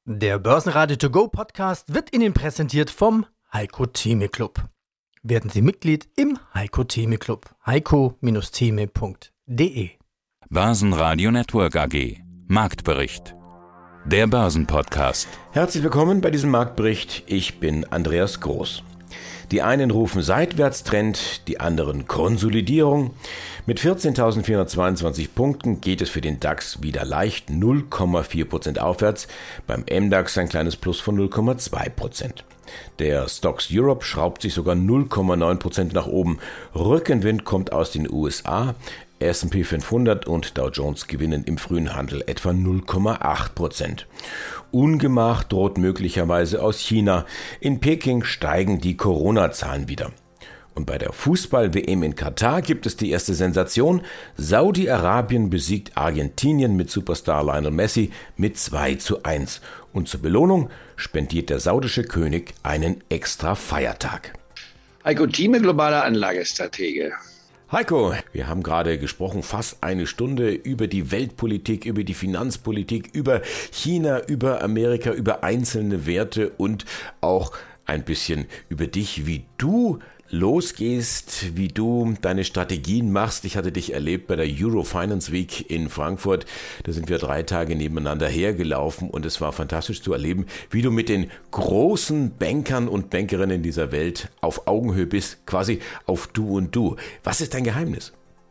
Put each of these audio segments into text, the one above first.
Der Börsenradio To Go Podcast wird Ihnen präsentiert vom Heiko Theme Club. Werden Sie Mitglied im Heiko Theme Club. heiko-theme.de. Börsenradio Network AG. Marktbericht. Der Börsenpodcast. Herzlich willkommen bei diesem Marktbericht. Ich bin Andreas Groß. Die einen rufen Seitwärtstrend, die anderen Konsolidierung. Mit 14.422 Punkten geht es für den DAX wieder leicht 0,4% aufwärts, beim MDAX ein kleines Plus von 0,2%. Der Stoxx Europe schraubt sich sogar 0,9% nach oben. Rückenwind kommt aus den USA. S&P 500 und Dow Jones gewinnen im frühen Handel etwa 0,8%. Ungemach droht möglicherweise aus China. In Peking steigen die Corona-Zahlen wieder. Und bei der Fußball-WM in Katar gibt es die erste Sensation. Saudi-Arabien besiegt Argentinien mit Superstar Lionel Messi mit 2:1. Und zur Belohnung spendiert der saudische König einen extra Feiertag. Heiko Thieme, globaler Anlagestratege. Heiko, wir haben gerade gesprochen, fast eine Stunde über die Weltpolitik, über die Finanzpolitik, über China, über Amerika, über einzelne Werte und auch ein bisschen über dich, wie du losgehst, wie du deine Strategien machst. Ich hatte dich erlebt bei der Eurofinance Week in Frankfurt. Da sind wir 3 Tage nebeneinander hergelaufen und es war fantastisch zu erleben, wie du mit den großen Bankern und Bankerinnen dieser Welt auf Augenhöhe bist, quasi auf Du und Du. Was ist dein Geheimnis?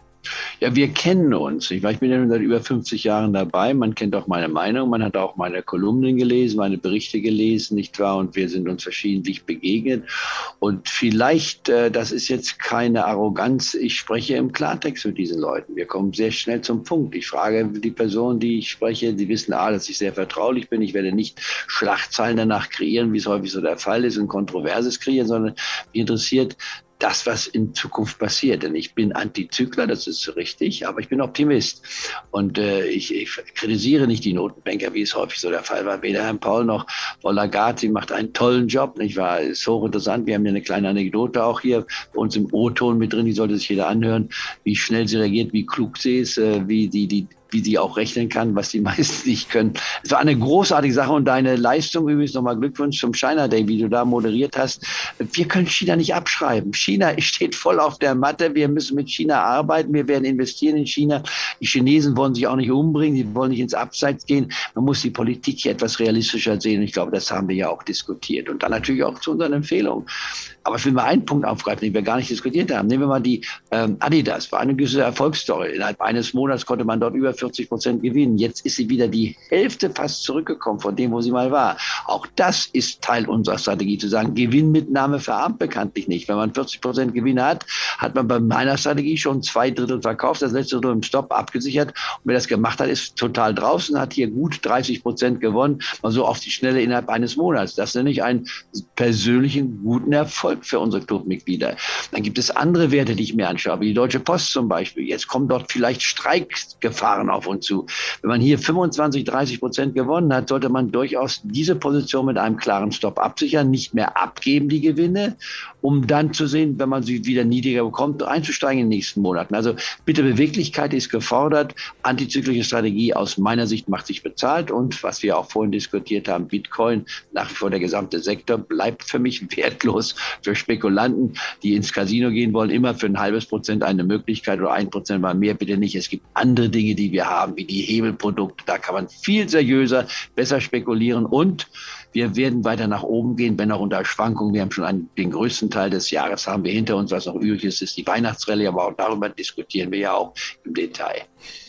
Ja, wir kennen uns. Ich bin ja seit über 50 Jahren dabei. Man kennt auch meine Meinung. Man hat auch meine Kolumnen gelesen, meine Berichte gelesen, nicht wahr? Und wir sind uns verschiedentlich begegnet. Und vielleicht, das ist jetzt keine Arroganz, ich spreche im Klartext mit diesen Leuten. Wir kommen sehr schnell zum Punkt. Ich frage die Personen, die ich spreche, die wissen, dass ich sehr vertraulich bin. Ich werde nicht Schlagzeilen danach kreieren, wie es häufig so der Fall ist, und Kontroverses kreieren, sondern mich interessiert das, was in Zukunft passiert. Denn ich bin Antizykler, das ist richtig, aber ich bin Optimist. Und ich kritisiere nicht die Notenbanker, wie es häufig so der Fall war. Weder Herrn Paul noch Frau Lagarde, sie macht einen tollen Job, nicht wahr? Ist hochinteressant. Wir haben ja eine kleine Anekdote auch hier bei uns im O-Ton mit drin, die sollte sich jeder anhören, wie schnell sie reagiert, wie klug sie ist, wie sie auch rechnen kann, was die meisten nicht können. Es war eine großartige Sache und deine Leistung, übrigens nochmal Glückwunsch zum China Day, wie du da moderiert hast. Wir können China nicht abschreiben. China steht voll auf der Matte. Wir müssen mit China arbeiten. Wir werden investieren in China. Die Chinesen wollen sich auch nicht umbringen. Die wollen nicht ins Abseits gehen. Man muss die Politik hier etwas realistischer sehen. Und ich glaube, das haben wir ja auch diskutiert. Und dann natürlich auch zu unseren Empfehlungen. Aber ich will mal einen Punkt aufgreifen, den wir gar nicht diskutiert haben. Nehmen wir mal die Adidas. War eine gewisse Erfolgsstory. Innerhalb eines Monats konnte man dort über 40% gewinnen. Jetzt ist sie wieder die Hälfte fast zurückgekommen von dem, wo sie mal war. Auch das ist Teil unserer Strategie, zu sagen, Gewinnmitnahme verarmt bekanntlich nicht. Wenn man 40% Gewinn hat, hat man bei meiner Strategie schon 2/3 verkauft, das letzte Drittel im Stopp abgesichert. Und wer das gemacht hat, ist total draußen, hat hier gut 30% gewonnen, mal so auf die Schnelle innerhalb eines Monats. Das nenne ich einen persönlichen guten Erfolg für unsere Clubmitglieder. Dann gibt es andere Werte, die ich mir anschaue, wie die Deutsche Post zum Beispiel. Jetzt kommen dort vielleicht Streikgefahren auf uns zu. Wenn man hier 25-30% gewonnen hat, sollte man durchaus diese Position mit einem klaren Stopp absichern, nicht mehr abgeben die Gewinne, um dann zu sehen, wenn man sie wieder niedriger bekommt, einzusteigen in den nächsten Monaten. Also bitte, Beweglichkeit ist gefordert. Antizyklische Strategie aus meiner Sicht macht sich bezahlt. Und was wir auch vorhin diskutiert haben, Bitcoin, nach wie vor der gesamte Sektor, bleibt für mich wertlos für Spekulanten, die ins Casino gehen wollen. Immer für ein halbes Prozent eine Möglichkeit oder 1% mal mehr, bitte nicht. Es gibt andere Dinge, die wir haben, wie die Hebelprodukte. Da kann man viel seriöser, besser spekulieren und wir werden weiter nach oben gehen, wenn auch unter Schwankungen. Wir haben schon den größten Teil des Jahres haben wir hinter uns. Was noch übrig ist, ist die Weihnachtsrallye, aber auch darüber diskutieren wir ja auch im Detail.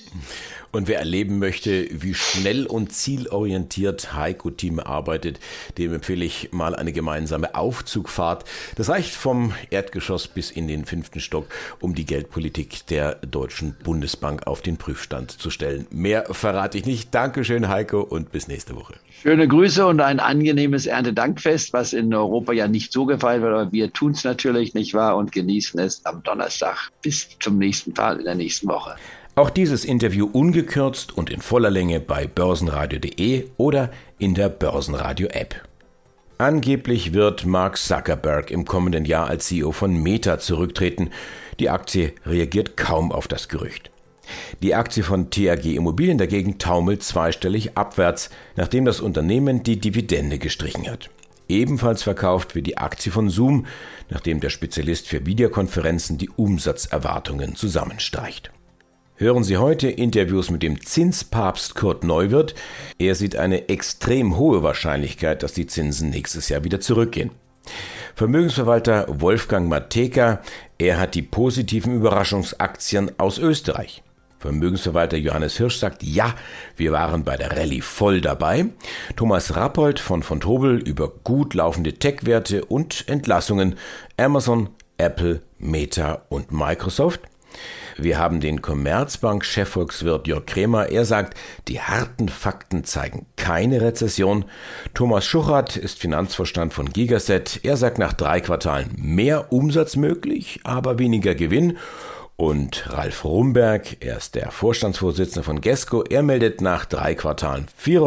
Und wer erleben möchte, wie schnell und zielorientiert Heiko Thieme arbeitet, dem empfehle ich mal eine gemeinsame Aufzugfahrt. Das reicht vom Erdgeschoss bis in den 5. Stock, um die Geldpolitik der Deutschen Bundesbank auf den Prüfstand zu stellen. Mehr verrate ich nicht. Dankeschön, Heiko, und bis nächste Woche. Schöne Grüße und ein angenehmes Erntedankfest, was in Europa ja nicht so gefeiert wird, aber wir tun es natürlich, nicht wahr, und genießen es am Donnerstag. Bis zum nächsten Mal in der nächsten Woche. Auch dieses Interview ungekürzt und in voller Länge bei börsenradio.de oder in der Börsenradio-App. Angeblich wird Mark Zuckerberg im kommenden Jahr als CEO von Meta zurücktreten. Die Aktie reagiert kaum auf das Gerücht. Die Aktie von TAG Immobilien dagegen taumelt zweistellig abwärts, nachdem das Unternehmen die Dividende gestrichen hat. Ebenfalls verkauft wird die Aktie von Zoom, nachdem der Spezialist für Videokonferenzen die Umsatzerwartungen zusammenstreicht. Hören Sie heute Interviews mit dem Zinspapst Kurt Neuwirth. Er sieht eine extrem hohe Wahrscheinlichkeit, dass die Zinsen nächstes Jahr wieder zurückgehen. Vermögensverwalter Wolfgang Matejka, er hat die positiven Überraschungsaktien aus Österreich. Vermögensverwalter Johannes Hirsch sagt, ja, wir waren bei der Rallye voll dabei. Thomas Rappold von Vontobel über gut laufende Tech-Werte und Entlassungen Amazon, Apple, Meta und Microsoft. Wir haben den Commerzbank-Chefvolkswirt Jörg Krämer. Er sagt, die harten Fakten zeigen keine Rezession. Thomas Schuchert ist Finanzvorstand von Gigaset. Er sagt, nach 3 Quartalen mehr Umsatz möglich, aber weniger Gewinn. Und Ralf Rumberg, er ist der Vorstandsvorsitzende von Gesco, er meldet nach 3 Quartalen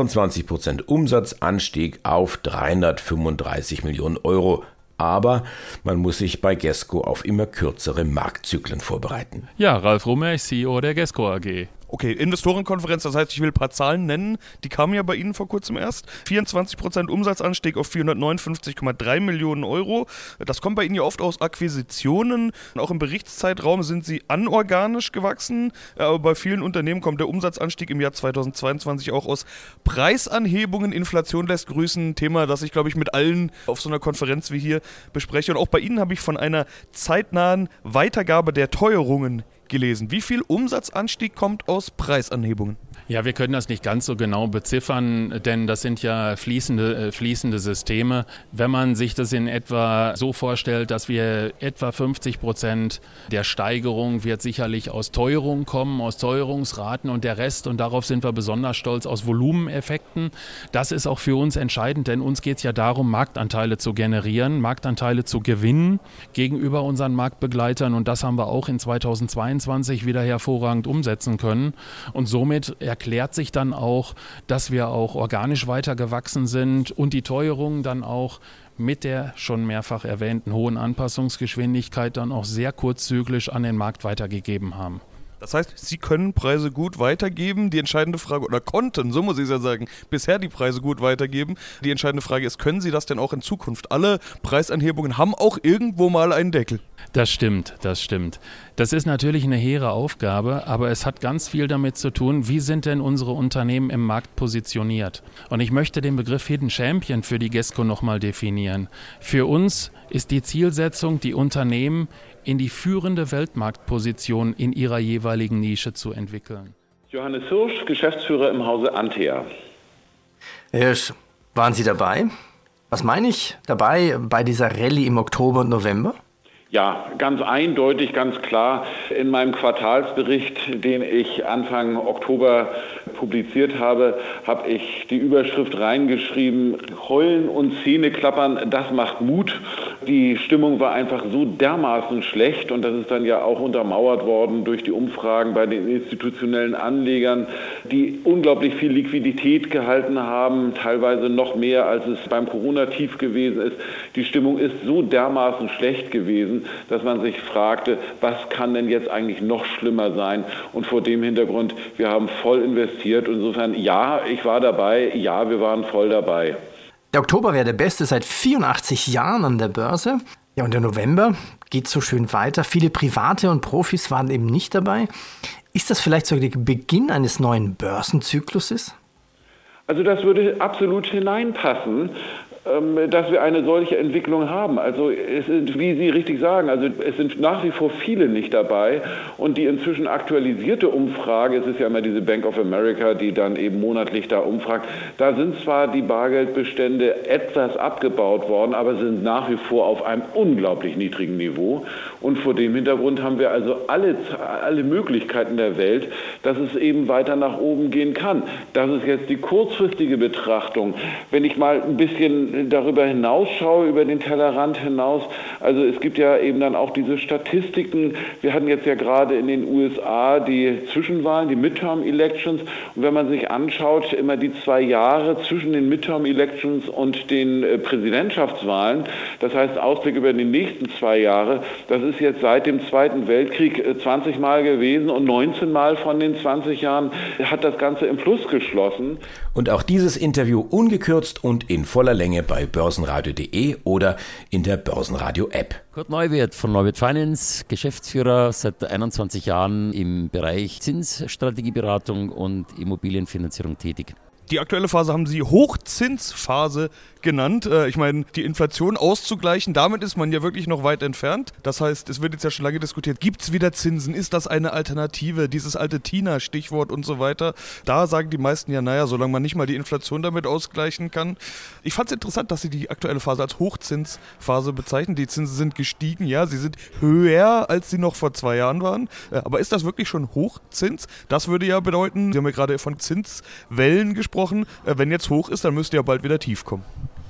24% Umsatzanstieg auf 335 Millionen Euro. Aber man muss sich bei Gesco auf immer kürzere Marktzyklen vorbereiten. Ja, Ralf Rumberg, CEO der Gesco AG. Okay, Investorenkonferenz, das heißt, ich will ein paar Zahlen nennen. Die kamen ja bei Ihnen vor kurzem erst. 24% Umsatzanstieg auf 459,3 Millionen Euro. Das kommt bei Ihnen ja oft aus Akquisitionen. Auch im Berichtszeitraum sind Sie anorganisch gewachsen. Aber bei vielen Unternehmen kommt der Umsatzanstieg im Jahr 2022 auch aus Preisanhebungen. Inflation lässt grüßen. Ein Thema, das ich, glaube ich, mit allen auf so einer Konferenz wie hier bespreche. Und auch bei Ihnen habe ich von einer zeitnahen Weitergabe der Teuerungen gelesen. Wie viel Umsatzanstieg kommt aus Preisanhebungen? Ja, wir können das nicht ganz so genau beziffern, denn das sind ja fließende Systeme. Wenn man sich das in etwa so vorstellt, dass wir etwa 50% der Steigerung wird sicherlich aus Teuerung kommen, aus Teuerungsraten und der Rest, und darauf sind wir besonders stolz, aus Volumeneffekten. Das ist auch für uns entscheidend, denn uns geht es ja darum, Marktanteile zu generieren, Marktanteile zu gewinnen gegenüber unseren Marktbegleitern, und das haben wir auch in 2022 wieder hervorragend umsetzen können, und somit erklärt sich dann auch, dass wir auch organisch weiter gewachsen sind und die Teuerung dann auch mit der schon mehrfach erwähnten hohen Anpassungsgeschwindigkeit dann auch sehr kurzzyklisch an den Markt weitergegeben haben. Das heißt, Sie können Preise gut weitergeben. Die entscheidende Frage, oder konnten, so muss ich es ja sagen, bisher die Preise gut weitergeben. Die entscheidende Frage ist, können Sie das denn auch in Zukunft? Alle Preisanhebungen haben auch irgendwo mal einen Deckel. Das stimmt. Das ist natürlich eine hehre Aufgabe, aber es hat ganz viel damit zu tun, wie sind denn unsere Unternehmen im Markt positioniert. Und ich möchte den Begriff Hidden Champion für die Gesco nochmal definieren. Für uns ist die Zielsetzung, die Unternehmen in die führende Weltmarktposition in ihrer jeweiligen Nische zu entwickeln. Johannes Hirsch, Geschäftsführer im Hause Antea. Herr Hirsch, waren Sie dabei? Was meine ich dabei bei dieser Rallye im Oktober und November? Ja, ganz eindeutig, ganz klar. In meinem Quartalsbericht, den ich Anfang Oktober publiziert habe, habe ich die Überschrift reingeschrieben: Heulen und Zähneklappern, das macht Mut. Die Stimmung war einfach so dermaßen schlecht, und das ist dann ja auch untermauert worden durch die Umfragen bei den institutionellen Anlegern, die unglaublich viel Liquidität gehalten haben, teilweise noch mehr, als es beim Corona-Tief gewesen ist. Die Stimmung ist so dermaßen schlecht gewesen, dass man sich fragte, was kann denn jetzt eigentlich noch schlimmer sein? Und vor dem Hintergrund, wir haben voll investiert. Insofern, ja, ich war dabei, ja, wir waren voll dabei. Der Oktober wäre der beste seit 84 Jahren an der Börse. Ja, und der November geht so schön weiter. Viele Private und Profis waren eben nicht dabei. Ist das vielleicht sogar der Beginn eines neuen Börsenzykluses? Also das würde absolut hineinpassen, dass wir eine solche Entwicklung haben. Also es sind, wie Sie richtig sagen, also es sind nach wie vor viele nicht dabei, und die inzwischen aktualisierte Umfrage, es ist ja immer diese Bank of America, die dann eben monatlich da umfragt, da sind zwar die Bargeldbestände etwas abgebaut worden, aber sind nach wie vor auf einem unglaublich niedrigen Niveau, und vor dem Hintergrund haben wir also alle Möglichkeiten der Welt, dass es eben weiter nach oben gehen kann. Das ist jetzt die kurzfristige Betrachtung. Wenn ich mal ein bisschen darüber hinausschaue, über den Tellerrand hinaus, also es gibt ja eben dann auch diese Statistiken. Wir hatten jetzt ja gerade in den USA die Zwischenwahlen, die Midterm-Elections. Und wenn man sich anschaut, immer die 2 Jahre zwischen den Midterm-Elections und den Präsidentschaftswahlen, das heißt Ausblick über die nächsten 2 Jahre, das ist jetzt seit dem Zweiten Weltkrieg 20 Mal gewesen und 19 Mal von den 20 Jahren hat das Ganze im Plus geschlossen. Und auch dieses Interview ungekürzt und in voller Länge bei börsenradio.de oder in der Börsenradio-App. Kurt Neuwirth von Neuwirth Finance, Geschäftsführer seit 21 Jahren im Bereich Zinsstrategieberatung und Immobilienfinanzierung tätig. Die aktuelle Phase haben Sie Hochzinsphase genannt. Ich meine, die Inflation auszugleichen, damit ist man ja wirklich noch weit entfernt. Das heißt, es wird jetzt ja schon lange diskutiert, gibt es wieder Zinsen? Ist das eine Alternative? Dieses alte Tina-Stichwort und so weiter. Da sagen die meisten ja, naja, solange man nicht mal die Inflation damit ausgleichen kann. Ich fand es interessant, dass Sie die aktuelle Phase als Hochzinsphase bezeichnen. Die Zinsen sind gestiegen, ja, sie sind höher, als sie noch vor 2 Jahren waren. Aber ist das wirklich schon Hochzins? Das würde ja bedeuten, Sie haben ja gerade von Zinswellen gesprochen, wenn jetzt hoch ist, dann müsste ja bald wieder tief kommen.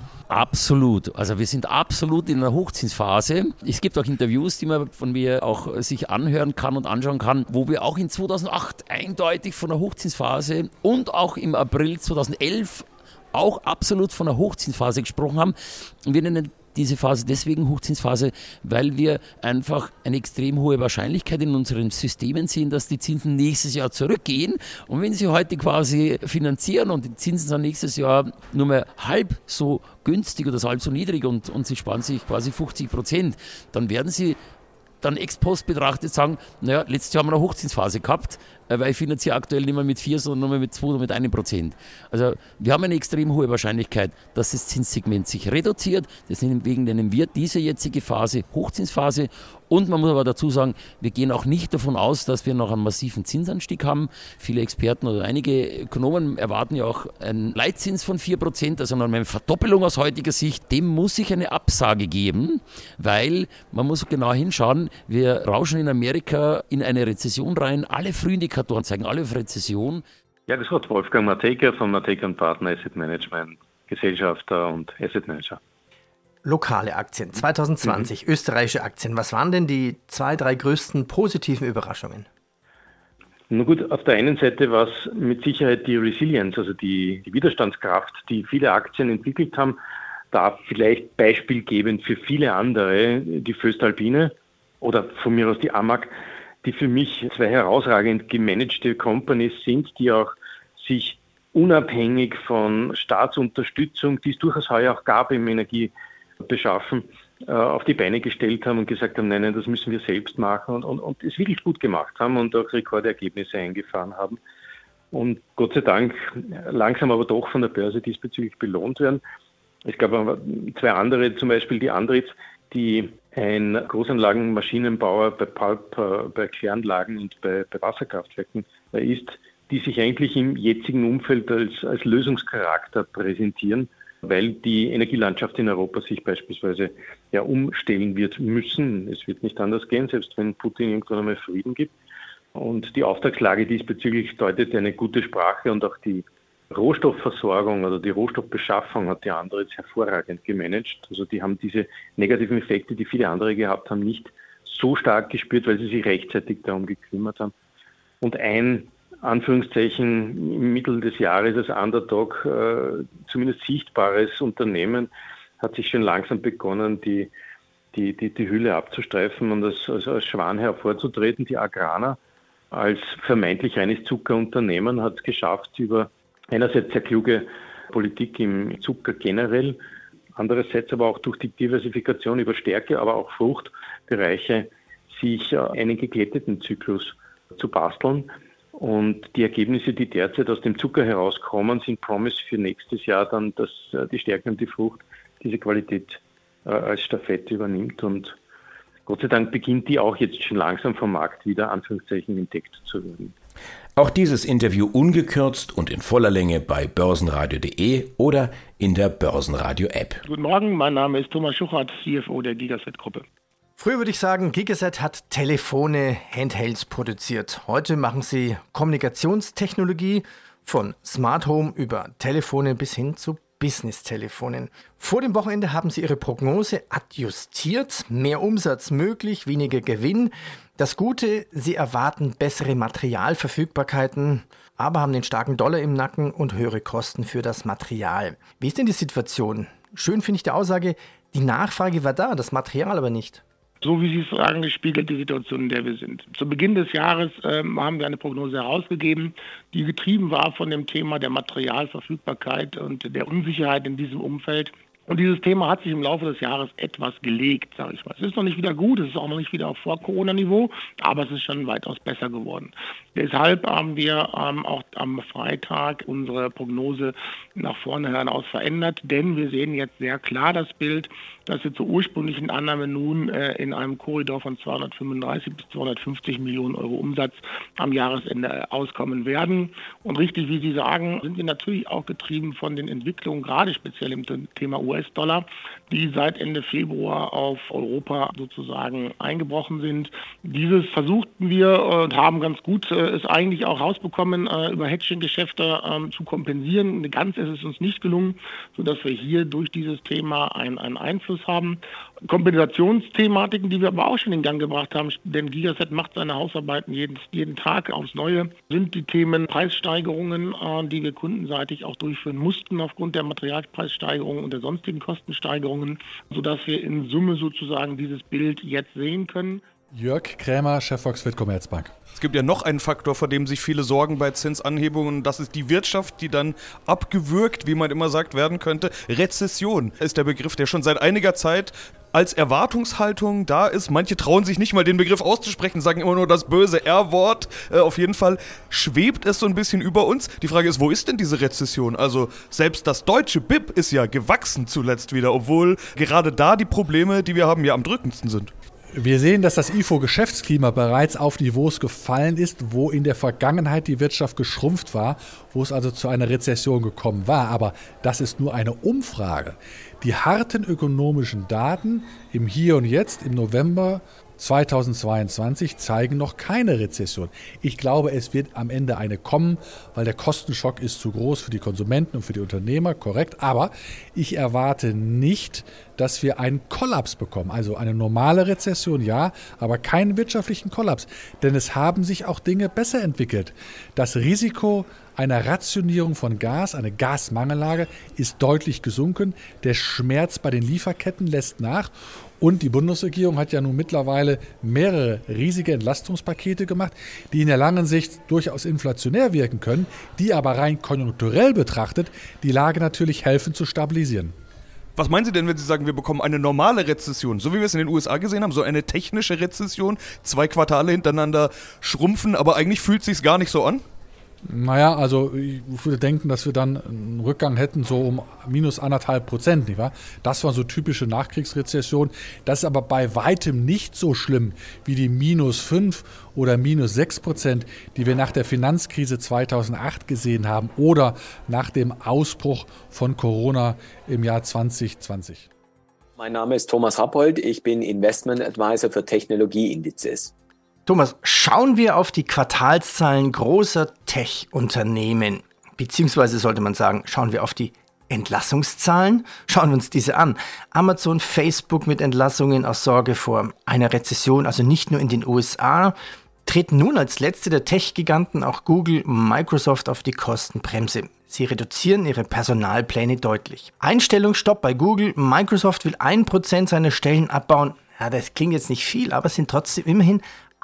Absolut. Also wir sind absolut in einer Hochzinsphase. Es gibt auch Interviews, die man von mir auch sich anhören kann und anschauen kann, wo wir auch in 2008 eindeutig von einer Hochzinsphase und auch im April 2011 auch absolut von einer Hochzinsphase gesprochen haben. Und wir nennen diese Phase deswegen Hochzinsphase, weil wir einfach eine extrem hohe Wahrscheinlichkeit in unseren Systemen sehen, dass die Zinsen nächstes Jahr zurückgehen. Und wenn Sie heute quasi finanzieren und die Zinsen sind nächstes Jahr nur mehr halb so günstig oder halb so niedrig und Sie sparen sich quasi 50%, dann werden Sie dann ex post betrachtet sagen, naja, letztes Jahr haben wir eine Hochzinsphase gehabt, weil ich finanziere aktuell nicht mehr mit 4, sondern nur mehr mit 2 oder mit 1%. Also wir haben eine extrem hohe Wahrscheinlichkeit, dass das Zinssegment sich reduziert. Deswegen nennen wir diese jetzige Phase Hochzinsphase. Und man muss aber dazu sagen, wir gehen auch nicht davon aus, dass wir noch einen massiven Zinsanstieg haben. Viele Experten oder einige Ökonomen erwarten ja auch einen Leitzins von 4%, also eine Verdoppelung aus heutiger Sicht. Dem muss ich eine Absage geben, weil man muss genau hinschauen, wir rauschen in Amerika in eine Rezession rein. Alle Frühindikatoren zeigen alle auf Rezession. Ja, das hat Wolfgang Matejka von Matejka & Partner Asset Management, Gesellschafter und Asset Manager. Lokale Aktien, 2020, österreichische Aktien. Was waren denn die 2, 3 größten positiven Überraschungen? Na gut, auf der einen Seite war es mit Sicherheit die Resilience, also die Widerstandskraft, die viele Aktien entwickelt haben. Da vielleicht beispielgebend für viele andere die Voestalpine oder von mir aus die Amag, die für mich 2 herausragend gemanagte Companies sind, die auch sich unabhängig von Staatsunterstützung, die es durchaus heuer auch gab im Energiebeschaffen, auf die Beine gestellt haben und gesagt haben, nein, das müssen wir selbst machen und es wirklich gut gemacht haben und auch Rekordergebnisse eingefahren haben. Und Gott sei Dank langsam aber doch von der Börse diesbezüglich belohnt werden. Es gab aber 2 andere, zum Beispiel die Andritz, die ein Großanlagenmaschinenbauer bei Pulp, bei Kläranlagen und bei Wasserkraftwerken ist, die sich eigentlich im jetzigen Umfeld als Lösungscharakter präsentieren, weil die Energielandschaft in Europa sich beispielsweise ja umstellen wird müssen. Es wird nicht anders gehen, selbst wenn Putin irgendwann einmal Frieden gibt. Und die Auftragslage diesbezüglich deutet eine gute Sprache und auch die Rohstoffversorgung oder die Rohstoffbeschaffung hat die andere jetzt hervorragend gemanagt. Also die haben diese negativen Effekte, die viele andere gehabt haben, nicht so stark gespürt, weil sie sich rechtzeitig darum gekümmert haben. Und ein Anführungszeichen im Mittel des Jahres als Underdog zumindest sichtbares Unternehmen hat sich schon langsam begonnen, die Hülle abzustreifen und als Schwan hervorzutreten. Die Agrana als vermeintlich reines Zuckerunternehmen hat es geschafft, über einerseits sehr kluge Politik im Zucker generell, andererseits aber auch durch die Diversifikation über Stärke, aber auch Fruchtbereiche, sich einen geglätteten Zyklus zu basteln. Und die Ergebnisse, die derzeit aus dem Zucker herauskommen, sind Promise für nächstes Jahr dann, dass die Stärke und die Frucht diese Qualität als Stafette übernimmt. Und Gott sei Dank beginnt die auch jetzt schon langsam vom Markt wieder Anführungszeichen entdeckt zu werden. Auch dieses Interview ungekürzt und in voller Länge bei börsenradio.de oder in der Börsenradio-App. Guten Morgen, mein Name ist Thomas Schuchert, CFO der Gigaset-Gruppe. Früher würde ich sagen, Gigaset hat Telefone, Handhelds produziert. Heute machen sie Kommunikationstechnologie von Smart Home über Telefone bis hin zu Business-Telefonen. Vor dem Wochenende haben sie ihre Prognose adjustiert. Mehr Umsatz möglich, weniger Gewinn. Das Gute, sie erwarten bessere Materialverfügbarkeiten, aber haben den starken Dollar im Nacken und höhere Kosten für das Material. Wie ist denn die Situation? Schön finde ich die Aussage, die Nachfrage war da, das Material aber nicht. So wie Sie es sagen, spiegelt die Situation, in der wir sind. Zu Beginn des Jahres haben wir eine Prognose herausgegeben, die getrieben war von dem Thema der Materialverfügbarkeit und der Unsicherheit in diesem Umfeld. Und dieses Thema hat sich im Laufe des Jahres etwas gelegt, sage ich mal. Es ist noch nicht wieder gut, es ist auch noch nicht wieder auf Vor-Corona-Niveau, aber es ist schon weitaus besser geworden. Deshalb haben wir auch am Freitag unsere Prognose nach vorne hinaus verändert, denn wir sehen jetzt sehr klar das Bild, dass wir zur ursprünglichen Annahme nun in einem Korridor von 235 bis 250 Millionen Euro Umsatz am Jahresende auskommen werden. Und richtig, wie Sie sagen, sind wir natürlich auch getrieben von den Entwicklungen, gerade speziell im Thema US-Dollar, die seit Ende Februar auf Europa sozusagen eingebrochen sind. Dieses versuchten wir und haben ganz gut es eigentlich auch rausbekommen, über Hedging-Geschäfte zu kompensieren. Ganz ist es uns nicht gelungen, sodass wir hier durch dieses Thema einen Einfluss haben. Kompensationsthematiken, die wir aber auch schon in Gang gebracht haben, denn Gigaset macht seine Hausarbeiten jeden Tag aufs Neue, sind die Themen Preissteigerungen, die wir kundenseitig auch durchführen mussten aufgrund der Materialpreissteigerungen und der sonstigen Kostensteigerungen, sodass wir in Summe sozusagen dieses Bild jetzt sehen können. Jörg Krämer, Chefvolkswirt Commerzbank. Es gibt ja noch einen Faktor, vor dem sich viele sorgen bei Zinsanhebungen. Das ist die Wirtschaft, die dann abgewürgt, wie man immer sagt, werden könnte. Rezession ist der Begriff, der schon seit einiger Zeit als Erwartungshaltung da ist. Manche trauen sich nicht mal den Begriff auszusprechen, sagen immer nur das böse R-Wort. Auf jeden Fall schwebt es so ein bisschen über uns. Die Frage ist, wo ist denn diese Rezession? Also selbst das deutsche BIP ist ja gewachsen zuletzt wieder, obwohl gerade da die Probleme, die wir haben, ja am drückendsten sind. Wir sehen, dass das IFO-Geschäftsklima bereits auf Niveaus gefallen ist, wo in der Vergangenheit die Wirtschaft geschrumpft war, wo es also zu einer Rezession gekommen war. Aber das ist nur eine Umfrage. Die harten ökonomischen Daten im Hier und Jetzt, im November 2022, zeigen noch keine Rezession. Ich glaube, es wird am Ende eine kommen, weil der Kostenschock ist zu groß für die Konsumenten und für die Unternehmer, korrekt. Aber ich erwarte nicht, dass wir einen Kollaps bekommen. Also eine normale Rezession, ja, aber keinen wirtschaftlichen Kollaps. Denn es haben sich auch Dinge besser entwickelt. Das Risiko einer Rationierung von Gas, eine Gasmangellage, ist deutlich gesunken. Der Schmerz bei den Lieferketten lässt nach. Und die Bundesregierung hat ja nun mittlerweile mehrere riesige Entlastungspakete gemacht, die in der langen Sicht durchaus inflationär wirken können, die aber rein konjunkturell betrachtet die Lage natürlich helfen zu stabilisieren. Was meinen Sie denn, wenn Sie sagen, wir bekommen eine normale Rezession, so wie wir es in den USA gesehen haben, so eine technische Rezession, 2 Quartale hintereinander schrumpfen, aber eigentlich fühlt es sich gar nicht so an? Naja, also ich würde denken, dass wir dann einen Rückgang hätten, so um minus 1,5%, nicht wahr? Das war so typische Nachkriegsrezession. Das ist aber bei weitem nicht so schlimm wie die minus 5 oder minus 6%, die wir nach der Finanzkrise 2008 gesehen haben oder nach dem Ausbruch von Corona im Jahr 2020. Mein Name ist Thomas Rappold, ich bin Investment Advisor für Technologieindizes. Thomas, schauen wir auf die Quartalszahlen großer Tech-Unternehmen, beziehungsweise sollte man sagen, schauen wir auf die Entlassungszahlen? Schauen wir uns diese an. Amazon, Facebook mit Entlassungen aus Sorge vor einer Rezession, also nicht nur in den USA, treten nun als letzte der Tech-Giganten auch Google, Microsoft auf die Kostenbremse. Sie reduzieren ihre Personalpläne deutlich. Einstellungsstopp bei Google, Microsoft will 1% seiner Stellen abbauen. Ja, das klingt jetzt nicht viel, aber es sind trotzdem immerhin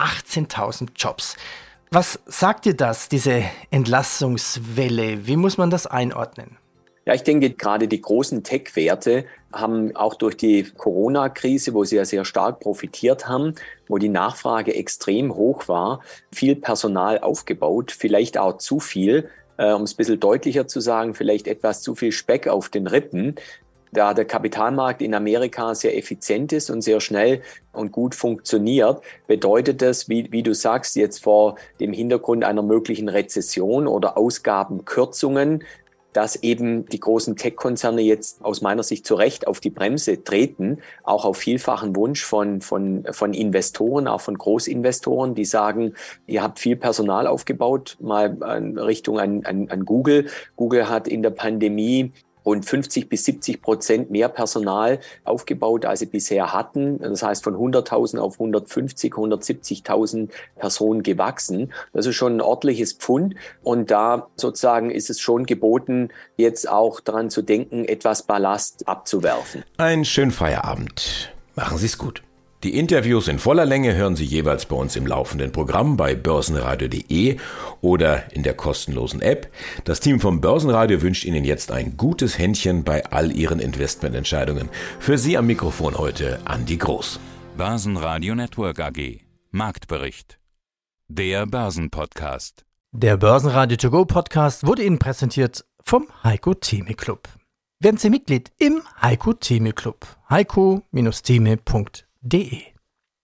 18.000 Jobs. Was sagt dir das, diese Entlassungswelle? Wie muss man das einordnen? Ja, ich denke, gerade die großen Tech-Werte haben auch durch die Corona-Krise, wo sie ja sehr stark profitiert haben, wo die Nachfrage extrem hoch war, viel Personal aufgebaut, vielleicht auch zu viel, um es ein bisschen deutlicher zu sagen, vielleicht etwas zu viel Speck auf den Rippen. Da der Kapitalmarkt in Amerika sehr effizient ist und sehr schnell und gut funktioniert, bedeutet das, wie du sagst, jetzt vor dem Hintergrund einer möglichen Rezession oder Ausgabenkürzungen, dass eben die großen Tech-Konzerne jetzt aus meiner Sicht zu Recht auf die Bremse treten, auch auf vielfachen Wunsch von Investoren, auch von Großinvestoren, die sagen, ihr habt viel Personal aufgebaut, mal in Richtung an Google. Google hat in der Pandemie und 50-70% mehr Personal aufgebaut, als sie bisher hatten. Das heißt, von 100.000 auf 150.000, 170.000 Personen gewachsen. Das ist schon ein ordentliches Pfund. Und da sozusagen ist es schon geboten, jetzt auch daran zu denken, etwas Ballast abzuwerfen. Einen schönen Feierabend. Machen Sie es gut. Die Interviews in voller Länge hören Sie jeweils bei uns im laufenden Programm bei börsenradio.de oder in der kostenlosen App. Das Team vom Börsenradio wünscht Ihnen jetzt ein gutes Händchen bei all Ihren Investmententscheidungen. Für Sie am Mikrofon heute Andi Groß. Börsenradio Network AG. Marktbericht. Der Börsenpodcast. Der Börsenradio To Go Podcast wurde Ihnen präsentiert vom Heiko Theme Club. Werden Sie Mitglied im Heiko Theme Club. heiko-theme.de